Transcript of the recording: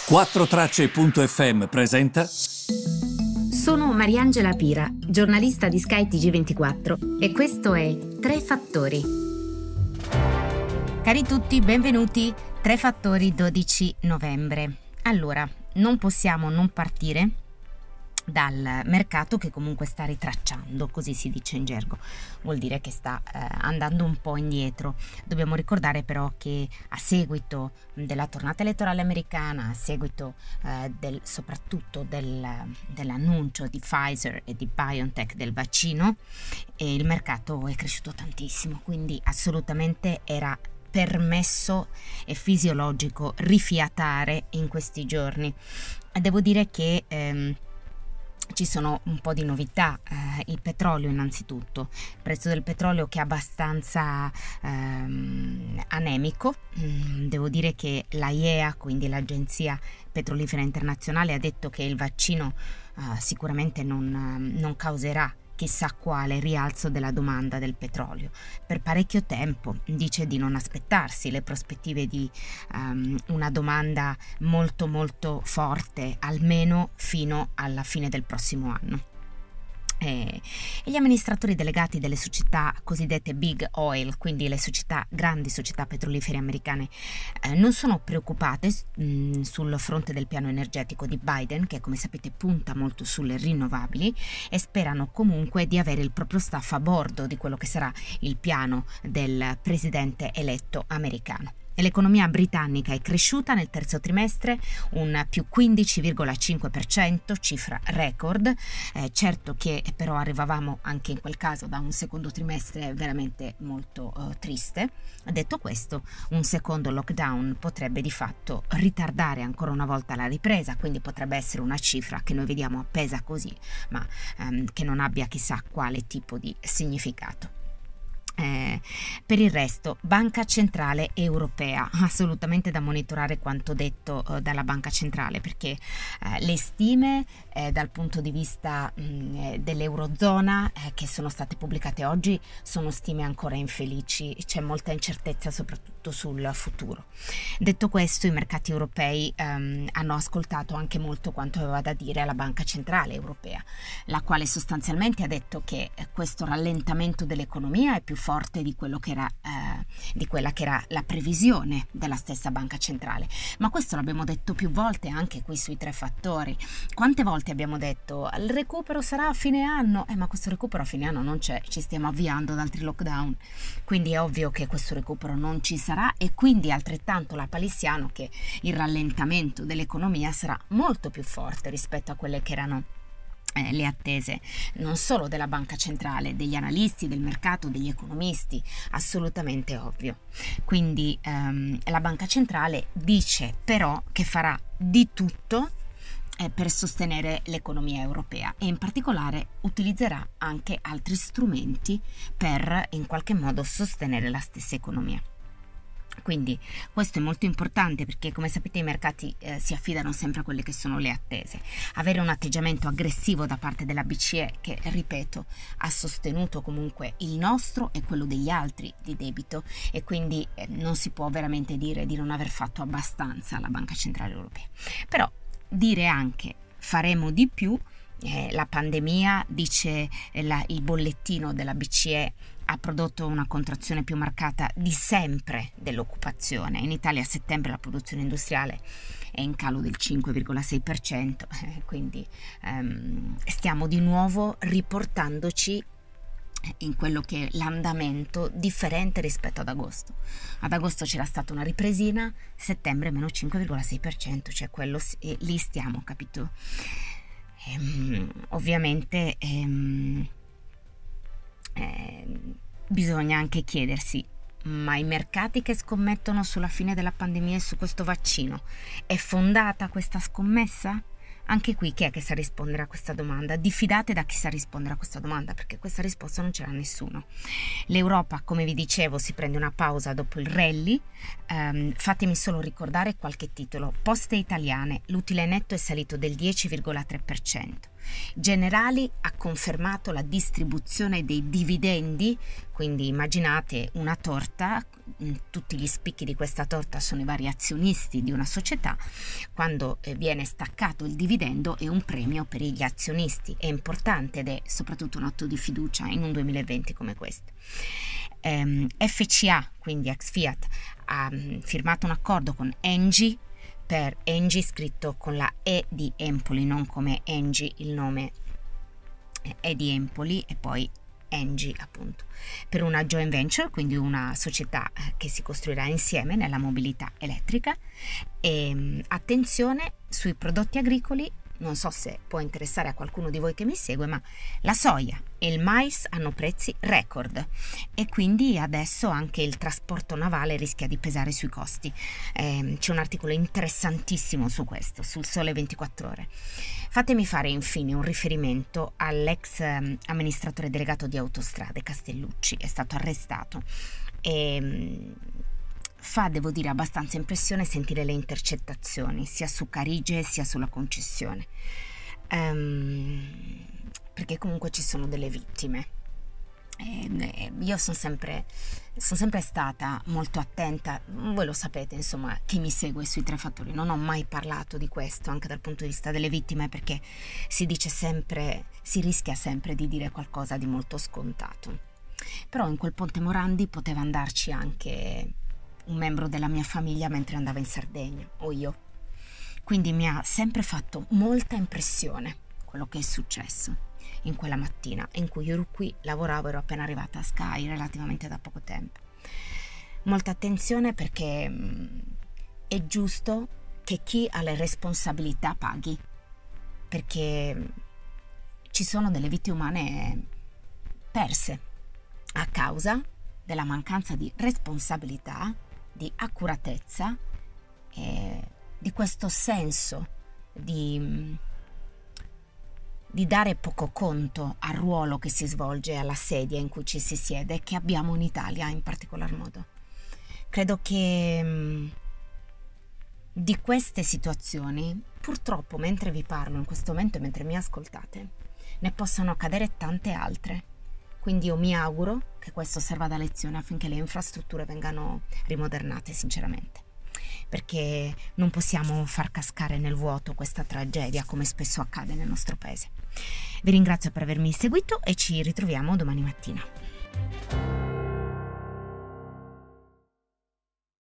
4Tracce.fm presenta. Sono Mariangela Pira, giornalista di Sky TG24 e questo è Tre Fattori. Cari tutti, benvenuti. Tre Fattori, 12 novembre. Allora, non possiamo non partire dal mercato che comunque sta ritracciando, così si dice in gergo, vuol dire che sta andando un po' indietro. Dobbiamo ricordare però che a seguito della tornata elettorale americana, a seguito soprattutto dell'annuncio di Pfizer e di BioNTech del vaccino, il mercato è cresciuto tantissimo, quindi assolutamente era permesso e fisiologico rifiatare in questi giorni. Devo dire che ci sono un po' di novità. Il petrolio innanzitutto, il prezzo del petrolio che è abbastanza anemico. Devo dire che l'AIEA, quindi l'Agenzia Petrolifera Internazionale, ha detto che il vaccino sicuramente non causerà chissà quale rialzo della domanda del petrolio per parecchio tempo. Dice di non aspettarsi le prospettive di una domanda molto molto forte, almeno fino alla fine del prossimo anno. E gli amministratori delegati delle società cosiddette Big Oil, quindi le grandi società petrolifere americane, non sono preoccupate sul fronte del piano energetico di Biden, che come sapete punta molto sulle rinnovabili, e sperano comunque di avere il proprio staff a bordo di quello che sarà il piano del presidente eletto americano. L'economia britannica è cresciuta nel terzo trimestre un più 15,5%, cifra record. Certo che però arrivavamo anche in quel caso da un secondo trimestre veramente molto triste. Detto questo, un secondo lockdown potrebbe di fatto ritardare ancora una volta la ripresa, quindi potrebbe essere una cifra che noi vediamo appesa così, ma che non abbia chissà quale tipo di significato. Per il resto, Banca Centrale Europea, assolutamente da monitorare quanto detto dalla Banca Centrale, perché le stime dal punto di vista dell'Eurozona che sono state pubblicate oggi sono stime ancora infelici, c'è molta incertezza soprattutto sul futuro. Detto questo, i mercati europei hanno ascoltato anche molto quanto aveva da dire la Banca Centrale Europea, la quale sostanzialmente ha detto che questo rallentamento dell'economia è più forte di quella che era la previsione della stessa Banca Centrale. Ma questo l'abbiamo detto più volte anche qui sui Tre Fattori. Quante volte abbiamo detto il recupero sarà a fine anno? Ma questo recupero a fine anno non c'è, ci stiamo avviando ad altri lockdown, quindi è ovvio che questo recupero non ci sarà, e quindi altrettanto la palissiano che il rallentamento dell'economia sarà molto più forte rispetto a quelle che erano le attese non solo della Banca Centrale, degli analisti, del mercato, degli economisti, assolutamente ovvio. Quindi la Banca Centrale dice però che farà di tutto per sostenere l'economia europea, e in particolare utilizzerà anche altri strumenti per in qualche modo sostenere la stessa economia. Quindi questo è molto importante, perché come sapete i mercati si affidano sempre a quelle che sono le attese. Avere un atteggiamento aggressivo da parte della BCE, che ripeto ha sostenuto comunque il nostro e quello degli altri di debito, e quindi non si può veramente dire di non aver fatto abbastanza la Banca Centrale Europea. Però dire anche faremo di più, la pandemia, dice il bollettino della BCE, ha prodotto una contrazione più marcata di sempre dell'occupazione. In Italia a settembre la produzione industriale è in calo del 5,6%, quindi stiamo di nuovo riportandoci in quello che è l'andamento differente rispetto ad agosto. Ad agosto c'era stata una ripresina, settembre meno 5,6%, cioè quello lì stiamo, capito? Ovviamente bisogna anche chiedersi: ma i mercati che scommettono sulla fine della pandemia e su questo vaccino, è fondata questa scommessa? Anche qui chi è che sa rispondere a questa domanda? Diffidate da chi sa rispondere a questa domanda, perché questa risposta non ce l'ha nessuno. L'Europa, come vi dicevo, si prende una pausa dopo il rally. Fatemi solo ricordare qualche titolo. Poste Italiane, l'utile netto è salito del 10,3%. Generali ha confermato la distribuzione dei dividendi, quindi immaginate una torta, tutti gli spicchi di questa torta sono i vari azionisti di una società, quando viene staccato il dividendo è un premio per gli azionisti, è importante ed è soprattutto un atto di fiducia in un 2020 come questo. FCA, quindi ex Fiat, ha firmato un accordo con Engie, per Engie scritto con la E di Empoli, non come Engie, il nome è di Empoli e poi Engie appunto, per una joint venture, quindi una società che si costruirà insieme nella mobilità elettrica. E attenzione sui prodotti agricoli, non so se può interessare a qualcuno di voi che mi segue, ma la soia e il mais hanno prezzi record e quindi adesso anche il trasporto navale rischia di pesare sui costi. C'è un articolo interessantissimo su questo, sul Sole 24 Ore. Fatemi fare infine un riferimento all'ex amministratore delegato di Autostrade Castellucci, è stato arrestato e fa, devo dire, abbastanza impressione sentire le intercettazioni sia su Carige sia sulla concessione, perché comunque ci sono delle vittime. Io sono sempre stata molto attenta, voi lo sapete, insomma, chi mi segue sui 3 fattori, non ho mai parlato di questo anche dal punto di vista delle vittime, perché si rischia sempre di dire qualcosa di molto scontato. Però in quel Ponte Morandi poteva andarci anche un membro della mia famiglia mentre andava in Sardegna, o io. Quindi mi ha sempre fatto molta impressione quello che è successo in quella mattina in cui io ero qui, lavoravo, ero appena arrivata a Sky relativamente da poco tempo. Molta attenzione, perché è giusto che chi ha le responsabilità paghi, perché ci sono delle vite umane perse a causa della mancanza di responsabilità, di accuratezza e di questo senso di dare poco conto al ruolo che si svolge, alla sedia in cui ci si siede, che abbiamo in Italia in particolar modo. Credo che di queste situazioni, purtroppo, mentre vi parlo in questo momento e mentre mi ascoltate, ne possano accadere tante altre. Quindi io mi auguro che questo serva da lezione affinché le infrastrutture vengano rimodernate, sinceramente, perché non possiamo far cascare nel vuoto questa tragedia come spesso accade nel nostro paese. Vi ringrazio per avermi seguito e ci ritroviamo domani mattina.